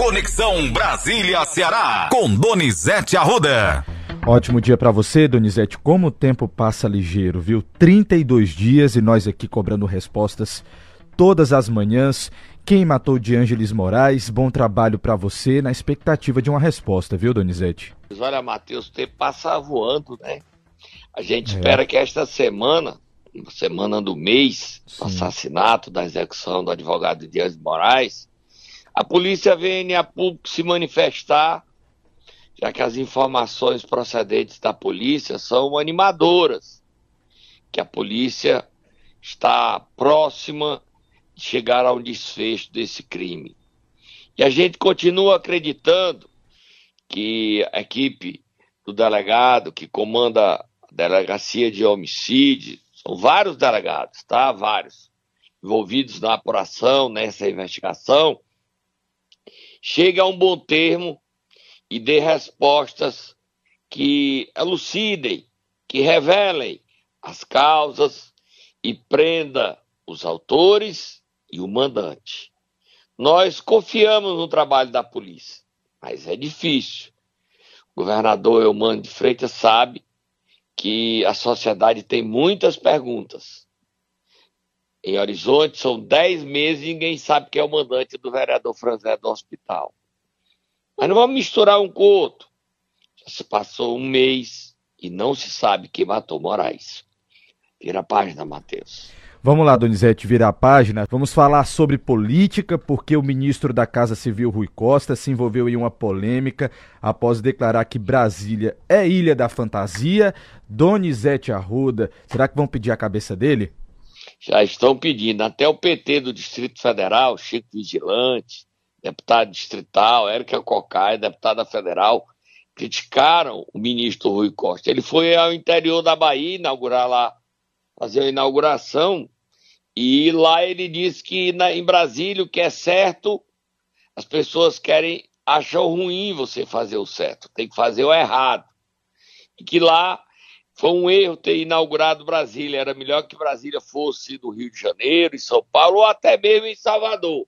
Conexão Brasília-Ceará, com Donizete Arruda. Ótimo dia para você, Donizete. Como o tempo passa ligeiro, viu? 32 dias e nós aqui cobrando respostas todas as manhãs. Quem matou de Ângeles Moraes? Bom trabalho para você, na expectativa de uma resposta, viu, Donizete? Olha, Matheus, o tempo passa voando, né? A gente espera que esta semana do mês, do assassinato, da execução do advogado de Ângeles Moraes, a polícia venha a público se manifestar, já que as informações procedentes da polícia são animadoras, que a polícia está próxima de chegar a um desfecho desse crime. E a gente continua acreditando que a equipe do delegado que comanda a delegacia de homicídio, são vários delegados, tá? Vários, envolvidos na apuração, nessa investigação, chegue a um bom termo e dê respostas que elucidem, que revelem as causas e prenda os autores e o mandante. Nós confiamos no trabalho da polícia, mas é difícil. O governador Eumano de Freitas sabe que a sociedade tem muitas perguntas. Em Horizonte são 10 meses e ninguém sabe quem é o mandante do vereador Franzé do hospital. Mas não vamos misturar um com o outro. Já se passou um mês e não se sabe quem matou Moraes. Vira a página, Matheus. Vamos lá, Donizete, virar a página. Vamos falar sobre política, porque o ministro da Casa Civil, Rui Costa, se envolveu em uma polêmica após declarar que Brasília é ilha da fantasia. Donizete Arruda, será que vão pedir a cabeça dele? Já estão pedindo. Até o PT do Distrito Federal, Chico Vigilante, deputado distrital, Érica Cocai, deputada federal, criticaram o ministro Rui Costa. Ele foi ao interior da Bahia inaugurar lá, fazer a inauguração, e lá ele disse que em Brasília o que é certo, as pessoas acham ruim você fazer o certo, tem que fazer o errado. E que lá foi um erro ter inaugurado Brasília, era melhor que Brasília fosse do Rio de Janeiro, em São Paulo ou até mesmo em Salvador.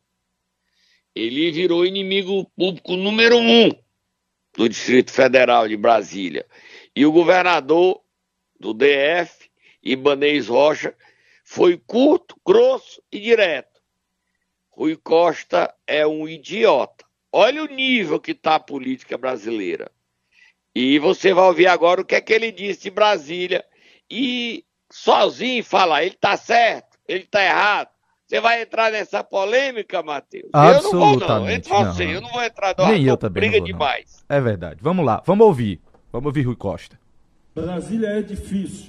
Ele virou inimigo público número 1 do Distrito Federal de Brasília. E o governador do DF, Ibanez Rocha, foi curto, grosso e direto. Rui Costa é um idiota. Olha o nível que está a política brasileira. E você vai ouvir agora o que é que ele disse de Brasília. E sozinho falar, ele está certo, ele está errado. Você vai entrar nessa polêmica, Matheus? Absolutamente. Eu não vou, não. Entre você, eu não vou entrar. Nem eu também briga não vou, demais. Não. É verdade. Vamos lá, vamos ouvir. Vamos ouvir Rui Costa. Brasília é difícil.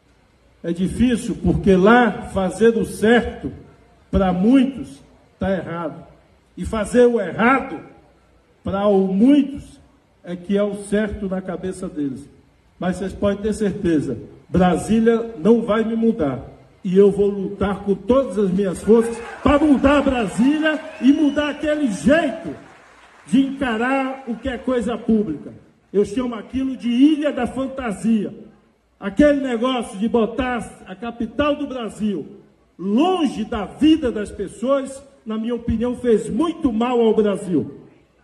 É difícil porque lá fazer o certo, para muitos, está errado. E fazer o errado, para muitos, é que é o certo na cabeça deles. Mas vocês podem ter certeza, Brasília não vai me mudar. E eu vou lutar com todas as minhas forças para mudar Brasília e mudar aquele jeito de encarar o que é coisa pública. Eu chamo aquilo de ilha da fantasia. Aquele negócio de botar a capital do Brasil longe da vida das pessoas, na minha opinião, fez muito mal ao Brasil.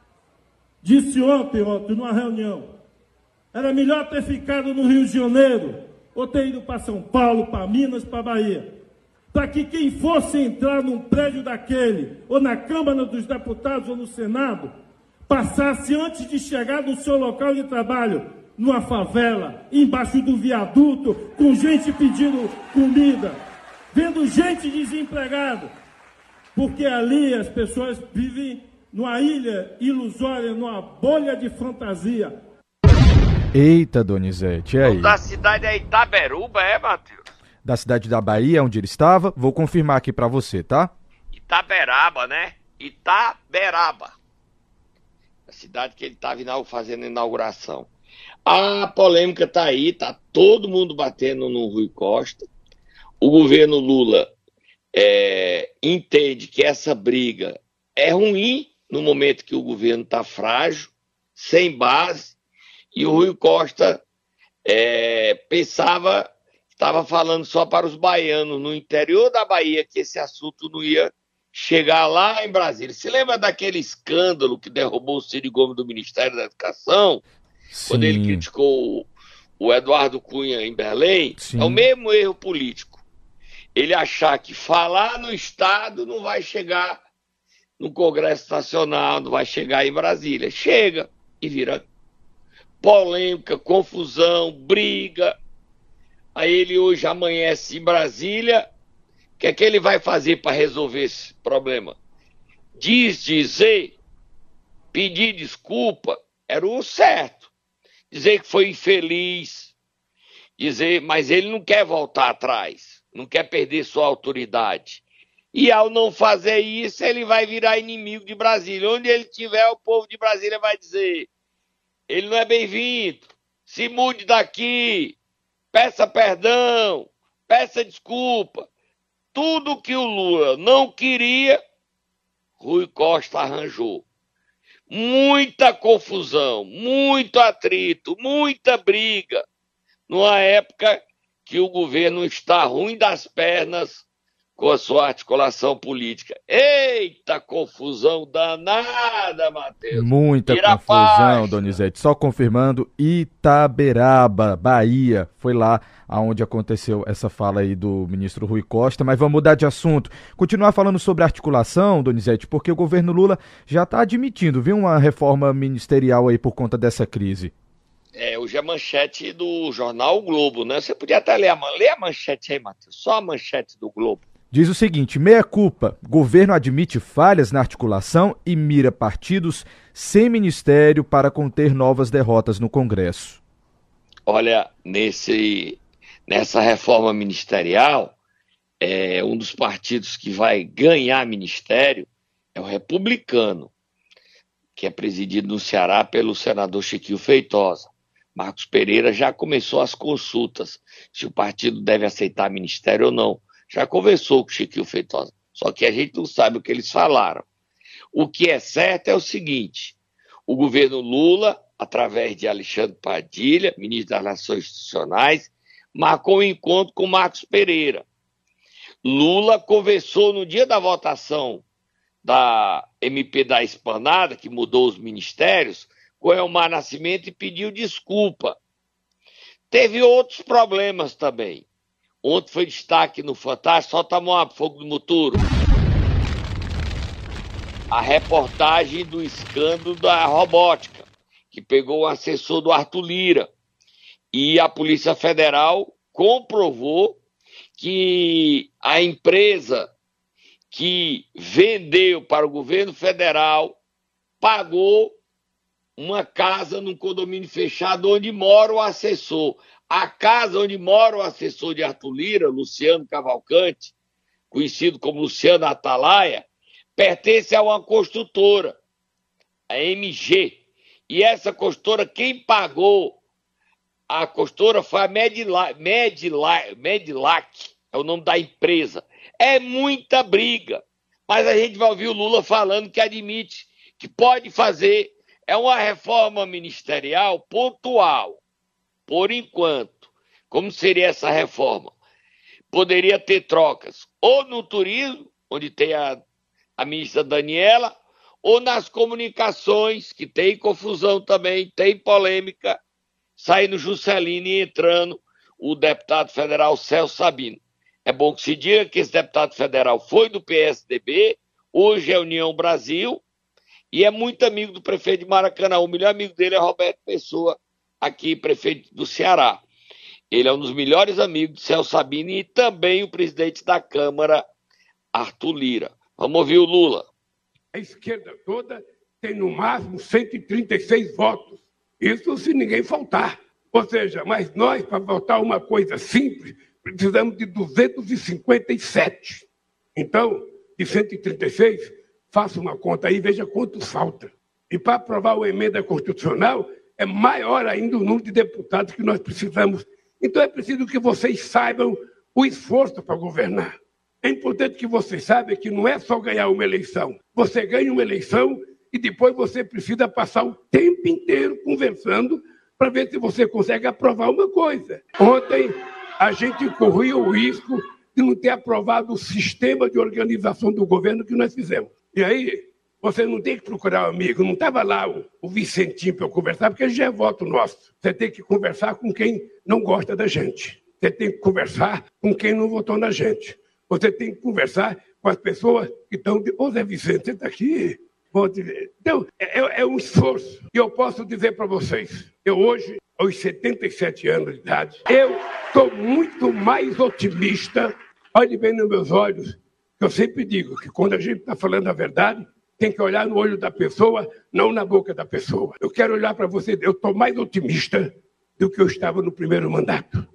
Disse ontem, numa reunião, era melhor ter ficado no Rio de Janeiro, ou ter ido para São Paulo, para Minas, para Bahia, para que quem fosse entrar num prédio daquele, ou na Câmara dos Deputados, ou no Senado, passasse antes de chegar no seu local de trabalho, numa favela, embaixo do viaduto, com gente pedindo comida, vendo gente desempregada, porque ali as pessoas vivem numa ilha ilusória, numa bolha de fantasia. Eita, Donizete, e aí? Da cidade é Itaberuba, Matheus? Da cidade da Bahia, onde ele estava, vou confirmar aqui pra você, tá? Itaberaba, né? Itaberaba. A cidade que ele estava fazendo a inauguração. A polêmica tá aí, tá todo mundo batendo no Rui Costa. O governo Lula entende que essa briga é ruim no momento que o governo está frágil, sem base, e o Rui Costa pensava que estava falando só para os baianos no interior da Bahia, que esse assunto não ia chegar lá em Brasília. Se lembra daquele escândalo que derrubou o Ciro Gomes do Ministério da Educação? Sim. Quando ele criticou o Eduardo Cunha em Belém? Sim. É o mesmo erro político. Ele achar que falar no Estado não vai chegar no Congresso Nacional, não vai chegar em Brasília. Chega e vira polêmica, confusão, briga. Aí ele hoje amanhece em Brasília. O que é que ele vai fazer para resolver esse problema? Dizer, pedir desculpa, era o certo. Dizer que foi infeliz, mas ele não quer voltar atrás, não quer perder sua autoridade. E ao não fazer isso, ele vai virar inimigo de Brasília. Onde ele estiver, o povo de Brasília vai dizer: ele não é bem-vindo, se mude daqui, peça perdão, peça desculpa. Tudo que o Lula não queria, Rui Costa arranjou. Muita confusão, muito atrito, muita briga, numa época que o governo está ruim das pernas com a sua articulação política. Eita confusão danada, Matheus. Muita confusão, Donizete. Só confirmando, Itaberaba, Bahia. Foi lá onde aconteceu essa fala aí do ministro Rui Costa. Mas vamos mudar de assunto. Continuar falando sobre articulação, Donizete, porque o governo Lula já está admitindo, viu, uma reforma ministerial aí por conta dessa crise. Hoje é a manchete do jornal O Globo, né? Você podia até ler a manchete aí, Matheus. Só a manchete do Globo. Diz o seguinte: meia culpa, governo admite falhas na articulação e mira partidos sem ministério para conter novas derrotas no Congresso. Olha, nessa reforma ministerial, um dos partidos que vai ganhar ministério é o Republicano, que é presidido no Ceará pelo senador Chiquinho Feitosa. Marcos Pereira já começou as consultas se o partido deve aceitar ministério ou não. Já conversou com o Chiquinho Feitosa, só que a gente não sabe o que eles falaram. O que é certo é o seguinte: o governo Lula, através de Alexandre Padilha, ministro das Relações Institucionais, marcou um encontro com Marcos Pereira. Lula conversou no dia da votação da MP da Esplanada, que mudou os ministérios, com Elmar Nascimento e pediu desculpa. Teve outros problemas também. Ontem foi destaque no Fantástico, solta a mão, fogo do muturo. A reportagem do escândalo da robótica, que pegou o assessor do Arthur Lira. E a Polícia Federal comprovou que a empresa que vendeu para o governo federal pagou uma casa num condomínio fechado onde mora o assessor. A casa onde mora o assessor de Arthur Lira, Luciano Cavalcante, conhecido como Luciano Atalaia, pertence a uma construtora, a MG. E essa construtora, quem pagou a construtora foi a Medilac, é o nome da empresa. É muita briga, mas a gente vai ouvir o Lula falando que admite que pode fazer. É uma reforma ministerial pontual. Por enquanto, como seria essa reforma? Poderia ter trocas ou no turismo, onde tem a ministra Daniela, ou nas comunicações, que tem confusão também, tem polêmica, saindo Juscelino e entrando o deputado federal Celso Sabino. É bom que se diga que esse deputado federal foi do PSDB, hoje é União Brasil, e é muito amigo do prefeito de Maracanã. O melhor amigo dele é Roberto Pessoa, aqui, prefeito do Ceará. Ele é um dos melhores amigos de Celso Sabino e também o presidente da Câmara, Arthur Lira. Vamos ouvir o Lula. A esquerda toda tem no máximo 136 votos. Isso se ninguém faltar. Ou seja, mas nós, para votar uma coisa simples, precisamos de 257. Então, de 136, faça uma conta aí e veja quantos falta. E para aprovar uma emenda constitucional, é maior ainda o número de deputados que nós precisamos. Então é preciso que vocês saibam o esforço para governar. É importante que vocês saibam que não é só ganhar uma eleição. Você ganha uma eleição e depois você precisa passar o tempo inteiro conversando para ver se você consegue aprovar uma coisa. Ontem a gente corria o risco de não ter aprovado o sistema de organização do governo que nós fizemos. E aí, você não tem que procurar um amigo, não estava lá o Vicentinho para eu conversar, porque ele já é voto nosso. Você tem que conversar com quem não gosta da gente. Você tem que conversar com quem não votou na gente. Você tem que conversar com as pessoas que estão... Ô Zé Vicente, você está aqui? Então, é um esforço. E eu posso dizer para vocês, eu hoje, aos 77 anos de idade, eu estou muito mais otimista. Olhe bem nos meus olhos, que eu sempre digo que quando a gente está falando a verdade, tem que olhar no olho da pessoa, não na boca da pessoa. Eu quero olhar para você, eu estou mais otimista do que eu estava no primeiro mandato.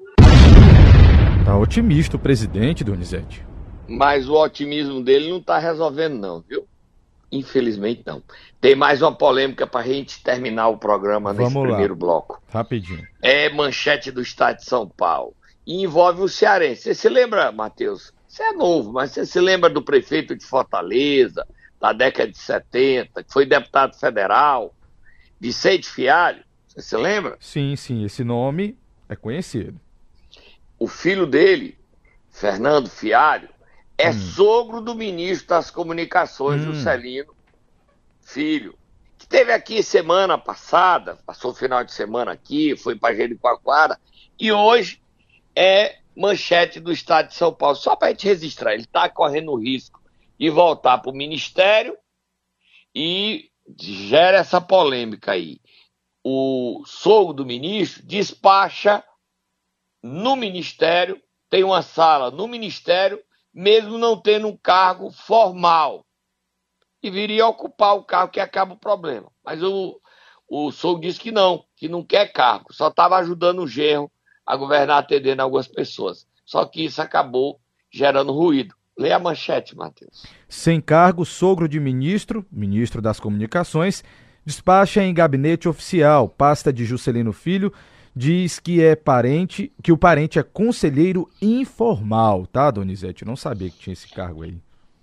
Tá otimista o presidente, Donizete. Mas o otimismo dele não está resolvendo não, viu? Infelizmente não. Tem mais uma polêmica para a gente terminar o programa nesse primeiro bloco. Rapidinho. É manchete do Estado de São Paulo. E envolve o cearense. Você se lembra, Matheus? Você é novo, mas você se lembra do prefeito de Fortaleza, da década de 70, que foi deputado federal, Vicente Fialho? Você se lembra? Sim, esse nome é conhecido. O filho dele, Fernando Fialho, é sogro do ministro das Comunicações, Juscelino Filho, que esteve aqui semana passada, passou o final de semana aqui, foi para Jericoacoara, e hoje é manchete do Estado de São Paulo. Só para a gente registrar, ele está correndo o risco de voltar para o Ministério e gera essa polêmica aí. O sogro do ministro despacha no Ministério, tem uma sala no Ministério, mesmo não tendo um cargo formal. E viria a ocupar o cargo que acaba o problema. Mas o sogro disse que não quer cargo, só estava ajudando o genro a governar, atendendo algumas pessoas. Só que isso acabou gerando ruído. Lê a manchete, Matheus. Sem cargo, sogro de ministro das Comunicações, despacha em gabinete oficial, pasta de Juscelino Filho, diz que o parente é conselheiro informal, tá, Donizete? Eu não sabia que tinha esse cargo aí.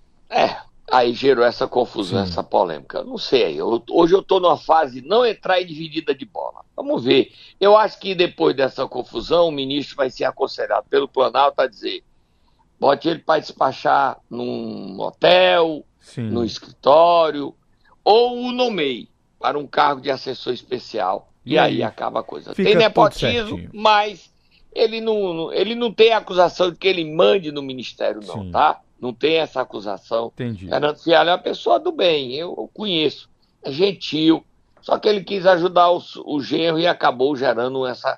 Aí gerou essa confusão, essa polêmica. Eu não sei, hoje eu estou numa fase de não entrar em dividida de bola. Vamos ver. Eu acho que depois dessa confusão, o ministro vai ser aconselhado pelo Planalto a dizer: bote ele para despachar num hotel, no escritório, ou o nomeie para um cargo de assessor especial. E aí acaba a coisa. Tem nepotismo, mas ele não tem acusação de que ele mande no ministério, não, tá? Não tem essa acusação. Entendi. Fernando Fialho é uma pessoa do bem, eu conheço, é gentil, só que ele quis ajudar o genro e acabou gerando essa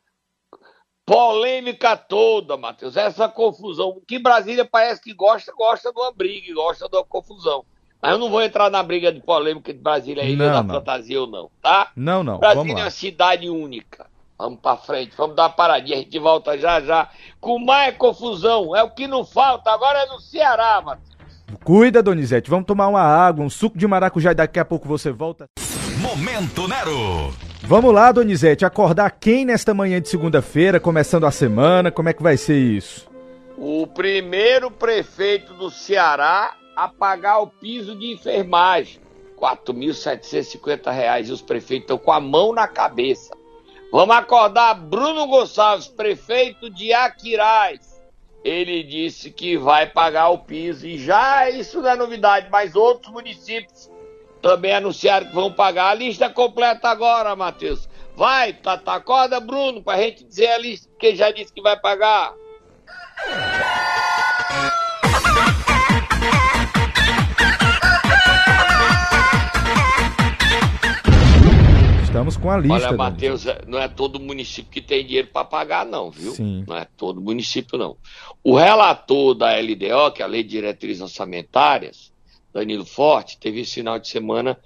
polêmica toda, Matheus, essa confusão, que Brasília parece que gosta de uma briga, gosta de uma confusão. Mas eu não vou entrar na briga de polêmica de Brasília aí, da fantasia ou não, tá? Não. Brasília é uma cidade única. Vamos pra frente, vamos dar uma paradinha, a gente volta já com mais confusão. É o que não falta, agora é no Ceará, Matheus. Cuida, Donizete, vamos tomar uma água, um suco de maracujá e daqui a pouco você volta. Momento Nero. Vamos lá, Donizete, acordar quem nesta manhã de segunda-feira, começando a semana, como é que vai ser isso? O primeiro prefeito do Ceará a pagar o piso de enfermagem, R$ 4.750, e os prefeitos estão com a mão na cabeça. Vamos acordar Bruno Gonçalves, prefeito de Aquiraz. Ele disse que vai pagar o piso, e já isso não é novidade, mas outros municípios também anunciaram que vão pagar. A lista completa agora, Matheus. Vai, Tata, acorda, Bruno, pra gente dizer a lista, porque já disse que vai pagar. Estamos com a lista. Olha, Matheus, não é todo município que tem dinheiro para pagar, não, viu? Sim. Não é todo município, não. O relator da LDO, que é a Lei de Diretrizes Orçamentárias, Danilo Forte, teve esse final de semana,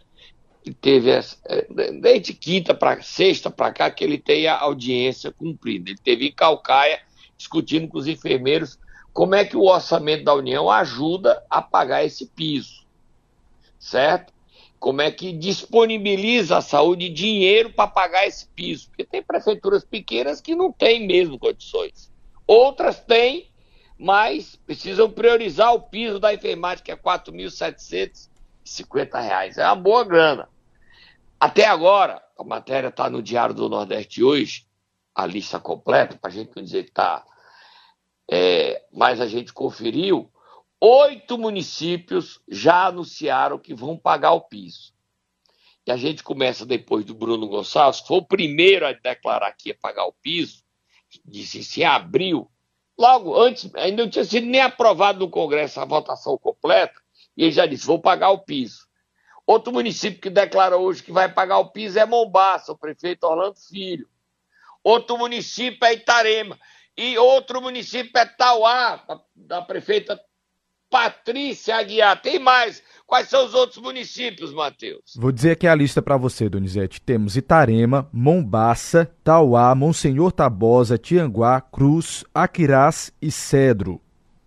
desde quinta para sexta para cá, que ele tem a audiência cumprida. Ele teve em Caucaia, discutindo com os enfermeiros como é que o orçamento da União ajuda a pagar esse piso, certo? Como é que disponibiliza a saúde dinheiro para pagar esse piso, porque tem prefeituras pequenas que não têm mesmo condições. Outras têm, mas precisam priorizar o piso da enfermagem, que é R$ 4.750. É uma boa grana. Até agora, a matéria está no Diário do Nordeste hoje, a lista completa, para a gente não dizer que está mas a gente conferiu, 8 municípios já anunciaram que vão pagar o piso. E a gente começa depois do Bruno Gonçalves, que foi o primeiro a declarar que ia pagar o piso, disse isso em abril, logo antes, ainda não tinha sido nem aprovado no Congresso a votação completa, e ele já disse, vou pagar o piso. Outro município que declara hoje que vai pagar o piso é Mombaça, o prefeito Orlando Filho. Outro município é Itarema. E outro município é Tauá, da prefeita Patrícia Aguiar. Tem mais. Quais são os outros municípios, Matheus? Vou dizer aqui a lista para você, Donizete. Temos Itarema, Mombaça, Tauá, Monsenhor Tabosa, Tianguá, Cruz, Aquirás e Cedro.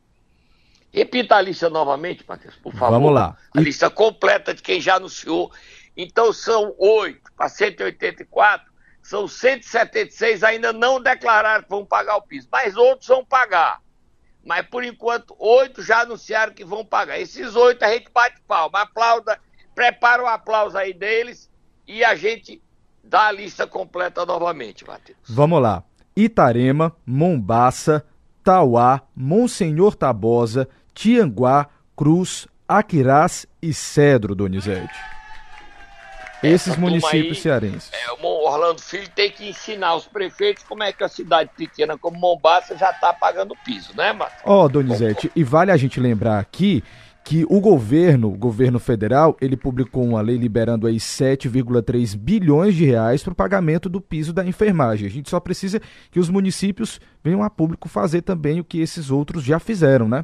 Repita a lista novamente, Matheus, por favor. Vamos lá. A lista completa de quem já anunciou. Então são 8 para 184, são 176 ainda não declararam que vão pagar o piso, mas outros vão pagar. Mas, por enquanto, 8 já anunciaram que vão pagar. Esses 8 a gente bate palma, aplauda, prepara o aplauso aí deles e a gente dá a lista completa novamente, Matheus. Vamos lá. Itarema, Mombaça, Tauá, Monsenhor Tabosa, Tianguá, Cruz, Aquirás e Cedro, Donizete. Esses municípios cearenses. O Orlando Filho tem que ensinar os prefeitos como é que a cidade pequena como Mombaça já está pagando piso, né, Matheus? Donizete, e vale a gente lembrar aqui que o governo federal, ele publicou uma lei liberando aí 7,3 bilhões de reais para o pagamento do piso da enfermagem. A gente só precisa que os municípios venham a público fazer também o que esses outros já fizeram, né?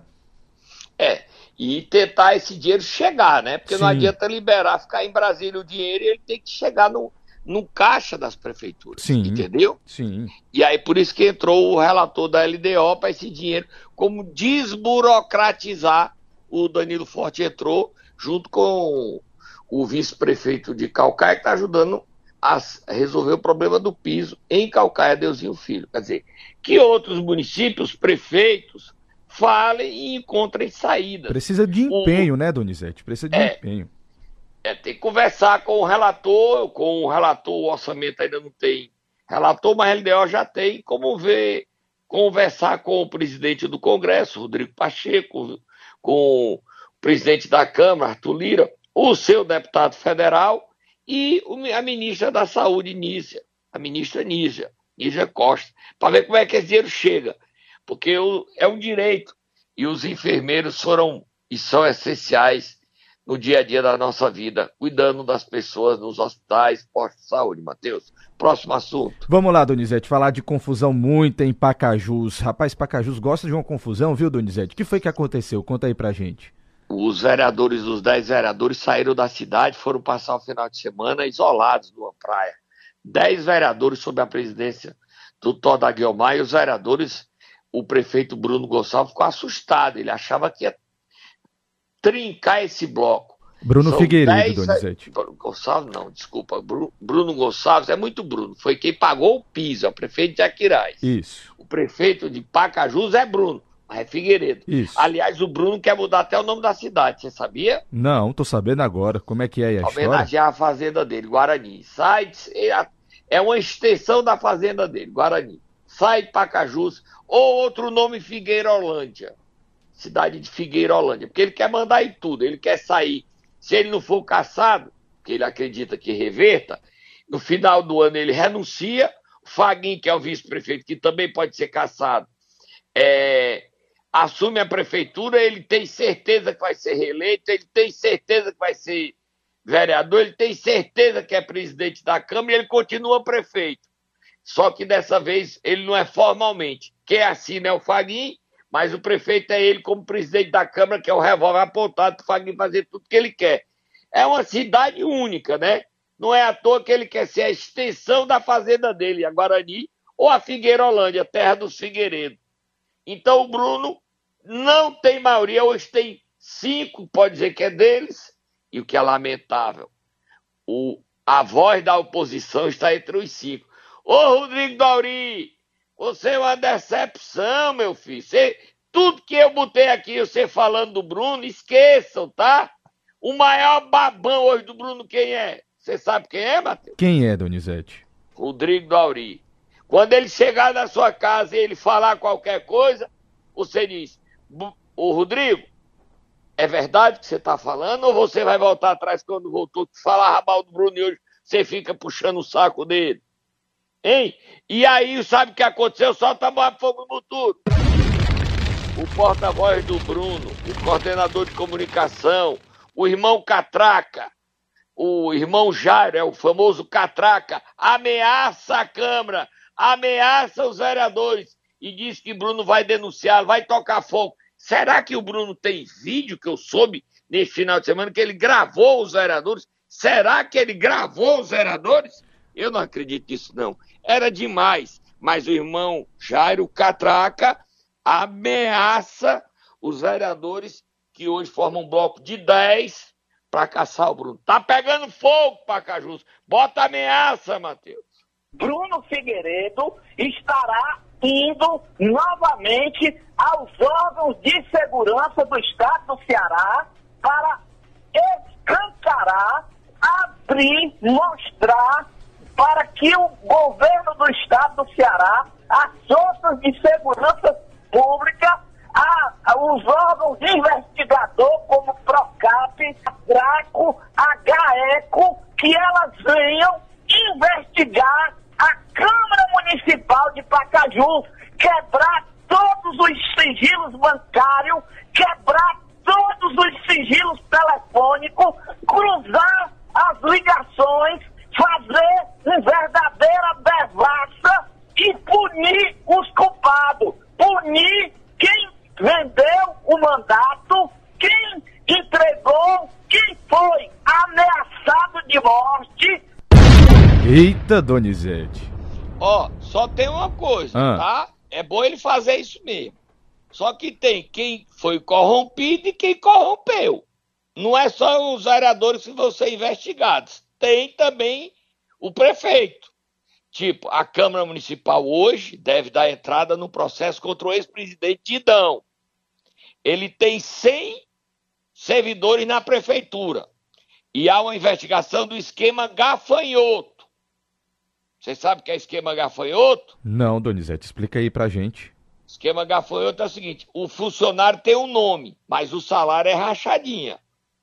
E tentar esse dinheiro chegar, né? Porque Sim. Não adianta liberar, ficar em Brasília o dinheiro e ele tem que chegar no caixa das prefeituras, Sim. Entendeu? Sim. E aí por isso que entrou o relator da LDO para esse dinheiro, como desburocratizar. O Danilo Forte entrou junto com o vice-prefeito de Caucaia, que está ajudando a resolver o problema do piso em Caucaia, Deusinho Filho. Quer dizer, que outros municípios, prefeitos, falem e encontrem saídas. Precisa de empenho, né, Donizete? Precisa de empenho. Tem que conversar com o relator, o orçamento ainda não tem relator, mas a LDO já tem como ver, conversar com o presidente do Congresso, Rodrigo Pacheco, com o presidente da Câmara, Arthur Lira, o seu deputado federal e a ministra da Saúde, a ministra Nízia Costa, para ver como é que esse dinheiro chega, porque é um direito e os enfermeiros foram e são essenciais no dia a dia da nossa vida, cuidando das pessoas nos hospitais, postos de saúde. Matheus, próximo assunto. Vamos lá, Donizete, falar de confusão muita em Pacajus. Rapaz, Pacajus gosta de uma confusão, viu, Donizete? O que foi que aconteceu? Conta aí pra gente. Os 10 vereadores saíram da cidade, foram passar o final de semana isolados numa praia. 10 vereadores sob a presidência do Toda Guiomar e os vereadores, o prefeito Bruno Gonçalves ficou assustado, ele achava que ia trincar esse bloco. Bruno Figueiredo, Donizete. Gonçalves não, desculpa. Bruno Gonçalves é muito Bruno. Foi quem pagou o piso, é o prefeito de Aquiraz. Isso. O prefeito de Pacajus é Bruno, mas é Figueiredo. Isso. Aliás, o Bruno quer mudar até o nome da cidade, você sabia? Não, tô sabendo agora. Como é que é aí a história? Homenagear a fazenda dele, Guarani. É uma extensão da fazenda dele, Guarani. Sai de Pacajus, ou outro nome, Figueirolândia. Cidade de Figueirolândia, porque ele quer mandar em tudo, ele quer sair. Se ele não for cassado, que ele acredita que reverta, no final do ano ele renuncia, o Faguinho, que é o vice-prefeito, que também pode ser cassado, assume a prefeitura, ele tem certeza que vai ser reeleito, ele tem certeza que vai ser vereador, ele tem certeza que é presidente da Câmara e ele continua prefeito. Só que dessa vez ele não é formalmente. Quem assina é o Faguinho, mas o prefeito é ele como presidente da Câmara, que é o revólver apontado para o Faguinho fazer tudo que ele quer. É uma cidade única, né? Não é à toa que ele quer ser a extensão da fazenda dele, a Guarani, ou a Figueirolândia, terra dos Figueiredos. Então o Bruno não tem maioria, hoje tem 5, pode dizer que é deles, e o que é lamentável, a voz da oposição está entre os 5. Ô Rodrigo Dauri, você é uma decepção, meu filho. Tudo que eu botei aqui, você falando do Bruno, esqueçam, tá? O maior babão hoje do Bruno, quem é? Você sabe quem é, Matheus? Quem é, Donizete? Rodrigo Dauri. Quando ele chegar na sua casa e ele falar qualquer coisa, você diz, ô Rodrigo, é verdade que você está falando ou você vai voltar atrás quando voltou? Falava mal do Bruno e hoje você fica puxando o saco dele. Hein? E aí, sabe o que aconteceu? Solta a fogo no futuro. O porta-voz do Bruno, o coordenador de comunicação, o irmão Catraca, o irmão Jairo, é o famoso Catraca, ameaça a Câmara, ameaça os vereadores e diz que Bruno vai denunciar, vai tocar fogo. Será que o Bruno tem vídeo que eu soube nesse final de semana que ele gravou os vereadores? Será que ele gravou os vereadores? Eu não acredito nisso, não. Era demais. Mas o irmão Jairo Catraca ameaça os vereadores que hoje formam um bloco de 10 para caçar o Bruno. Tá pegando fogo, Pacajus. Bota ameaça, Matheus. Bruno Figueiredo estará indo novamente aos órgãos de segurança do Estado do Ceará para escancarar, abrir, mostrar para que o governo do Estado do Ceará, as forças de segurança pública, os órgãos investigadores como PROCAP, DRACO, HECO, que elas venham investigar a Câmara Municipal de Pacajus, quebrar todos os sigilos bancários, quebrar todos os sigilos telefônicos, cruzar as ligações, fazer uma verdadeira devassa e punir os culpados, punir quem vendeu o mandato, quem entregou, quem foi ameaçado de morte. Eita, Donizete. Ó, só tem uma coisa, tá? É bom ele fazer isso mesmo. Só que tem quem foi corrompido e quem corrompeu. Não é só os vereadores que vão ser investigados. Tem também o prefeito. Tipo, a Câmara Municipal hoje deve dar entrada no processo contra o ex-presidente Didão. Ele tem 100 servidores na prefeitura. E há uma investigação do esquema gafanhoto. Você sabe o que é esquema gafanhoto? Não, Donizete, explica aí pra gente. Esquema gafanhoto é o seguinte, o funcionário tem um nome, mas o salário é rachadinha.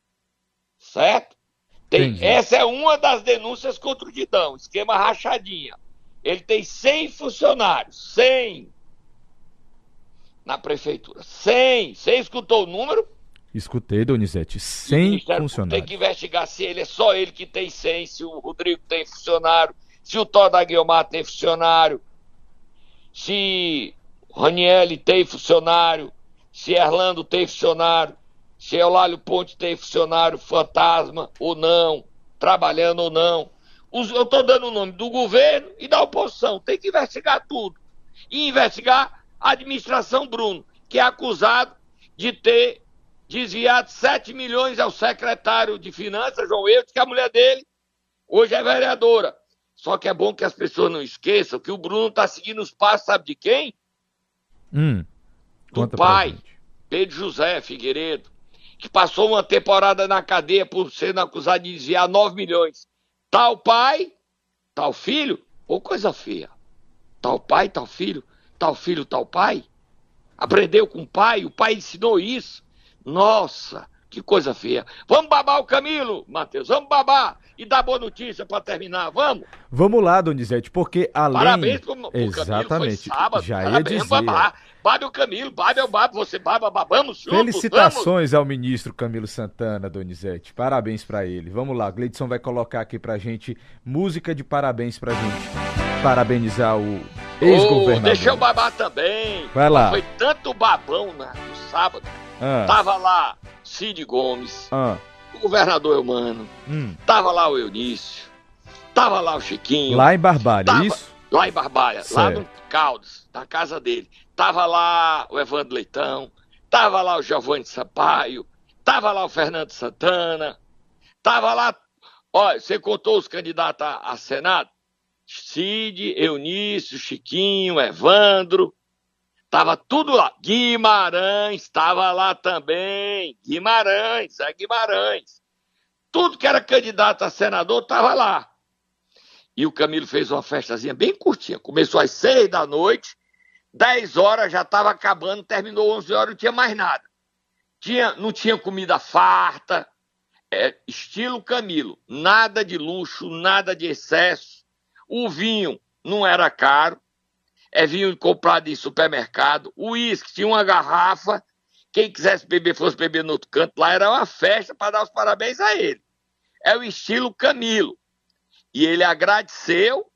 Certo? Essa é uma das denúncias contra o Didão, esquema rachadinha. Ele tem 100 funcionários, 100 na prefeitura, 100. Você escutou o número? Escutei, Donizete, 100 funcionários. Tem que investigar se ele é só ele que tem 100, se o Rodrigo tem funcionário, se o Tó da Guiomar tem funcionário, se o Raniel tem funcionário, se Erlando tem funcionário, se Eulálio Ponte tem funcionário fantasma ou não, trabalhando ou não. Eu estou dando o nome do governo e da oposição. Tem que investigar tudo. E investigar a administração Bruno, que é acusado de ter desviado 7 milhões ao secretário de Finanças, João Eudes, que a mulher dele hoje é vereadora. Só que é bom que as pessoas não esqueçam que o Bruno está seguindo os passos, sabe de quem? Do pai, Pedro José Figueiredo, que passou uma temporada na cadeia por sendo acusado de desviar 9 milhões. Tal pai, tal filho, ou coisa feia. Tal pai, tal filho, tal pai. Aprendeu com o pai ensinou isso. Nossa, que coisa feia. Vamos babar o Camilo, Matheus, vamos babar e dar boa notícia para terminar, vamos? Vamos lá, Donizete, porque além... Parabéns pro Exatamente. Camilo, foi sábado, já parabéns, ia dizer. Babe o Camilo, babe eu babo, você baba, babamos juntos. Felicitações vamos. ao ministro Camilo Santana, Donizete, parabéns pra ele. Vamos lá, Gleidson vai colocar aqui pra gente música de parabéns pra gente parabenizar o ex-governador. Deixa eu babar também. Vai lá. Foi tanto babão no sábado. Tava lá Cid Gomes, o governador Eumano, tava lá o Eunício, tava lá o Chiquinho. Lá em Barbalha, isso? Lá em Barbalha, certo. Lá no Caldas, na casa dele. Tava lá o Evandro Leitão, tava lá o Giovanni Sampaio, tava lá o Fernando Santana, tava lá... Olha, você contou os candidatos a Senado? Cid, Eunício, Chiquinho, Evandro... Tava tudo lá. Guimarães estava lá também. Guimarães. Tudo que era candidato a senador estava lá. E o Camilo fez uma festazinha bem curtinha. Começou às 6 da noite, 10 horas já estava acabando, terminou 11 horas, não tinha mais nada. Não tinha comida farta, estilo Camilo, nada de luxo, nada de excesso. O vinho não era caro, é vinho comprado em supermercado. O uísque tinha uma garrafa, quem quisesse beber, fosse beber no outro canto, lá era uma festa para dar os parabéns a ele. É o estilo Camilo. E ele agradeceu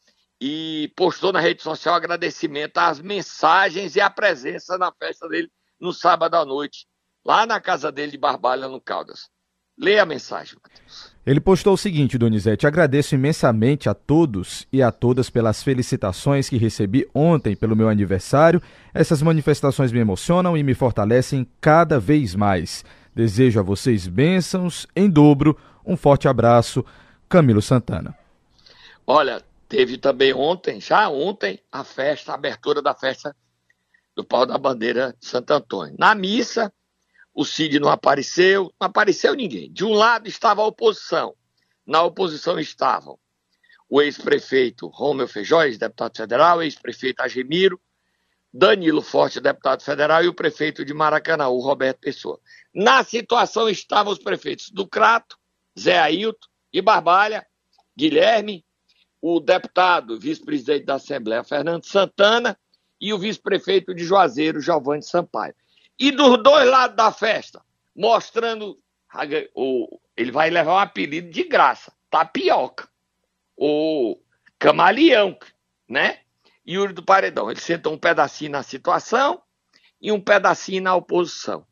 e postou na rede social agradecimento às mensagens e à presença na festa dele no sábado à noite, lá na casa dele de Barbalha, no Caldas. Leia a mensagem, Matheus. Ele postou o seguinte, Donizete: agradeço imensamente a todos e a todas pelas felicitações que recebi ontem pelo meu aniversário. Essas manifestações me emocionam e me fortalecem cada vez mais. Desejo a vocês bênçãos em dobro. Um forte abraço, Camilo Santana. Olha, teve também ontem, a abertura da festa do Pau da Bandeira de Santo Antônio. Na missa, o Cid não apareceu ninguém. De um lado estava a oposição. Na oposição estavam o ex-prefeito Romeu Feijó, ex-deputado federal, o ex-prefeito Agemiro, Danilo Forte, deputado federal, e o prefeito de Maracanã, o Roberto Pessoa. Na situação estavam os prefeitos do Crato, Zé Ailton e Barbalha, Guilherme, o deputado vice-presidente da Assembleia, Fernando Santana, e o vice-prefeito de Juazeiro, Giovanni Sampaio. E dos dois lados da festa, mostrando, ele vai levar um apelido de graça, Tapioca, o Camaleão, né? Yuri do Paredão. Ele sentou um pedacinho na situação e um pedacinho na oposição.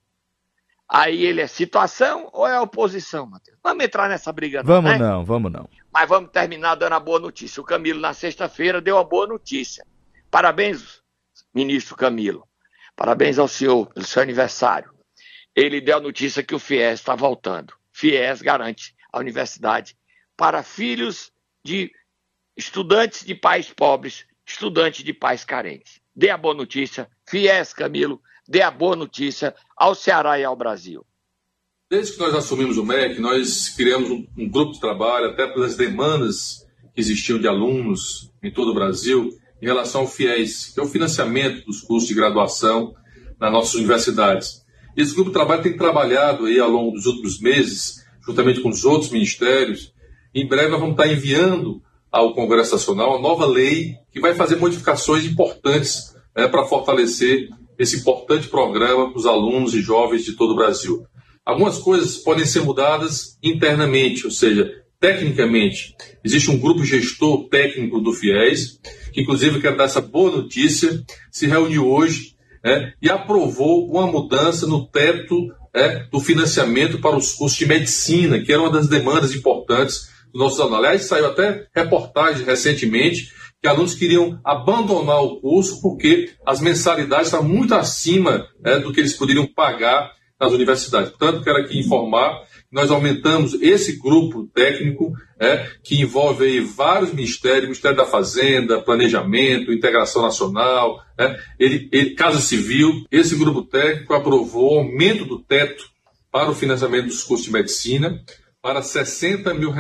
Aí ele é situação ou é oposição, Matheus? Vamos entrar nessa briga não, né? Vamos não. Mas vamos terminar dando a boa notícia. O Camilo, na sexta-feira, deu a boa notícia. Parabéns, ministro Camilo. Parabéns ao senhor pelo seu aniversário. Ele deu a notícia que o FIES está voltando. FIES garante a universidade para filhos de estudantes de pais pobres, estudantes de pais carentes. Dê a boa notícia. FIES, Camilo, dê a boa notícia ao Ceará e ao Brasil. Desde que nós assumimos o MEC, nós criamos um grupo de trabalho, até pelas demandas que existiam de alunos em todo o Brasil, em relação ao FIES, que é o financiamento dos cursos de graduação nas nossas universidades. Esse grupo de trabalho tem trabalhado aí ao longo dos últimos meses, juntamente com os outros ministérios. Em breve nós vamos estar enviando ao Congresso Nacional uma nova lei que vai fazer modificações importantes para fortalecer esse importante programa para os alunos e jovens de todo o Brasil. Algumas coisas podem ser mudadas internamente, ou seja, tecnicamente. Existe um grupo gestor técnico do FIES, que inclusive eu quero dar essa boa notícia, se reuniu hoje e aprovou uma mudança no teto do financiamento para os cursos de medicina, que era uma das demandas importantes dos nossos alunos. Aliás, saiu até reportagem recentemente que alunos queriam abandonar o curso porque as mensalidades estavam muito acima do que eles poderiam pagar nas universidades. Portanto, quero aqui informar que nós aumentamos esse grupo técnico que envolve aí vários ministérios, Ministério da Fazenda, Planejamento, Integração Nacional, Casa Civil. Esse grupo técnico aprovou o aumento do teto para o financiamento dos cursos de medicina para R$60 mil.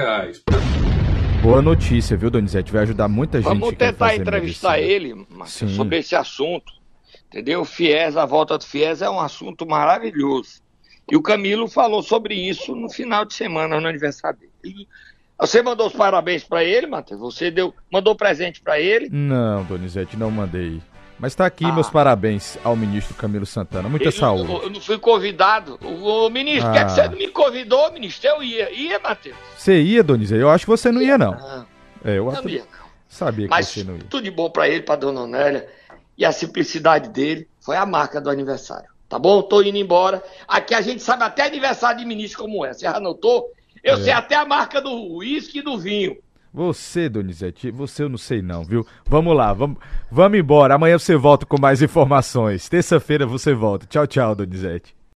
Boa notícia, viu, Donizete? Vai ajudar muita gente. Vamos tentar entrevistar ele, Marcos, sobre esse assunto. Entendeu? O FIES, a volta do FIES é um assunto maravilhoso. E o Camilo falou sobre isso no final de semana, no aniversário dele. Você mandou os parabéns para ele, Matheus? Você mandou presente para ele? Não, Donizete, não mandei. Mas tá aqui meus parabéns ao ministro Camilo Santana. Muita saúde. Eu não fui convidado. O ministro, por que você não me convidou, ministro? Eu ia. Ia, Matheus? Você ia, Donizete? Eu acho que você não ia, não. Eu não ia, não. Sabia que você não ia. Tudo de bom para ele, para dona Onélia. E a simplicidade dele foi a marca do aniversário. Tá bom? Tô indo embora. Aqui a gente sabe até aniversário de ministro como é. Você já anotou? Eu sei até a marca do uísque e do vinho. Você, Donizete, você eu não sei não, viu? Vamos lá, vamos embora. Amanhã você volta com mais informações. Terça-feira você volta. Tchau, tchau, Donizete.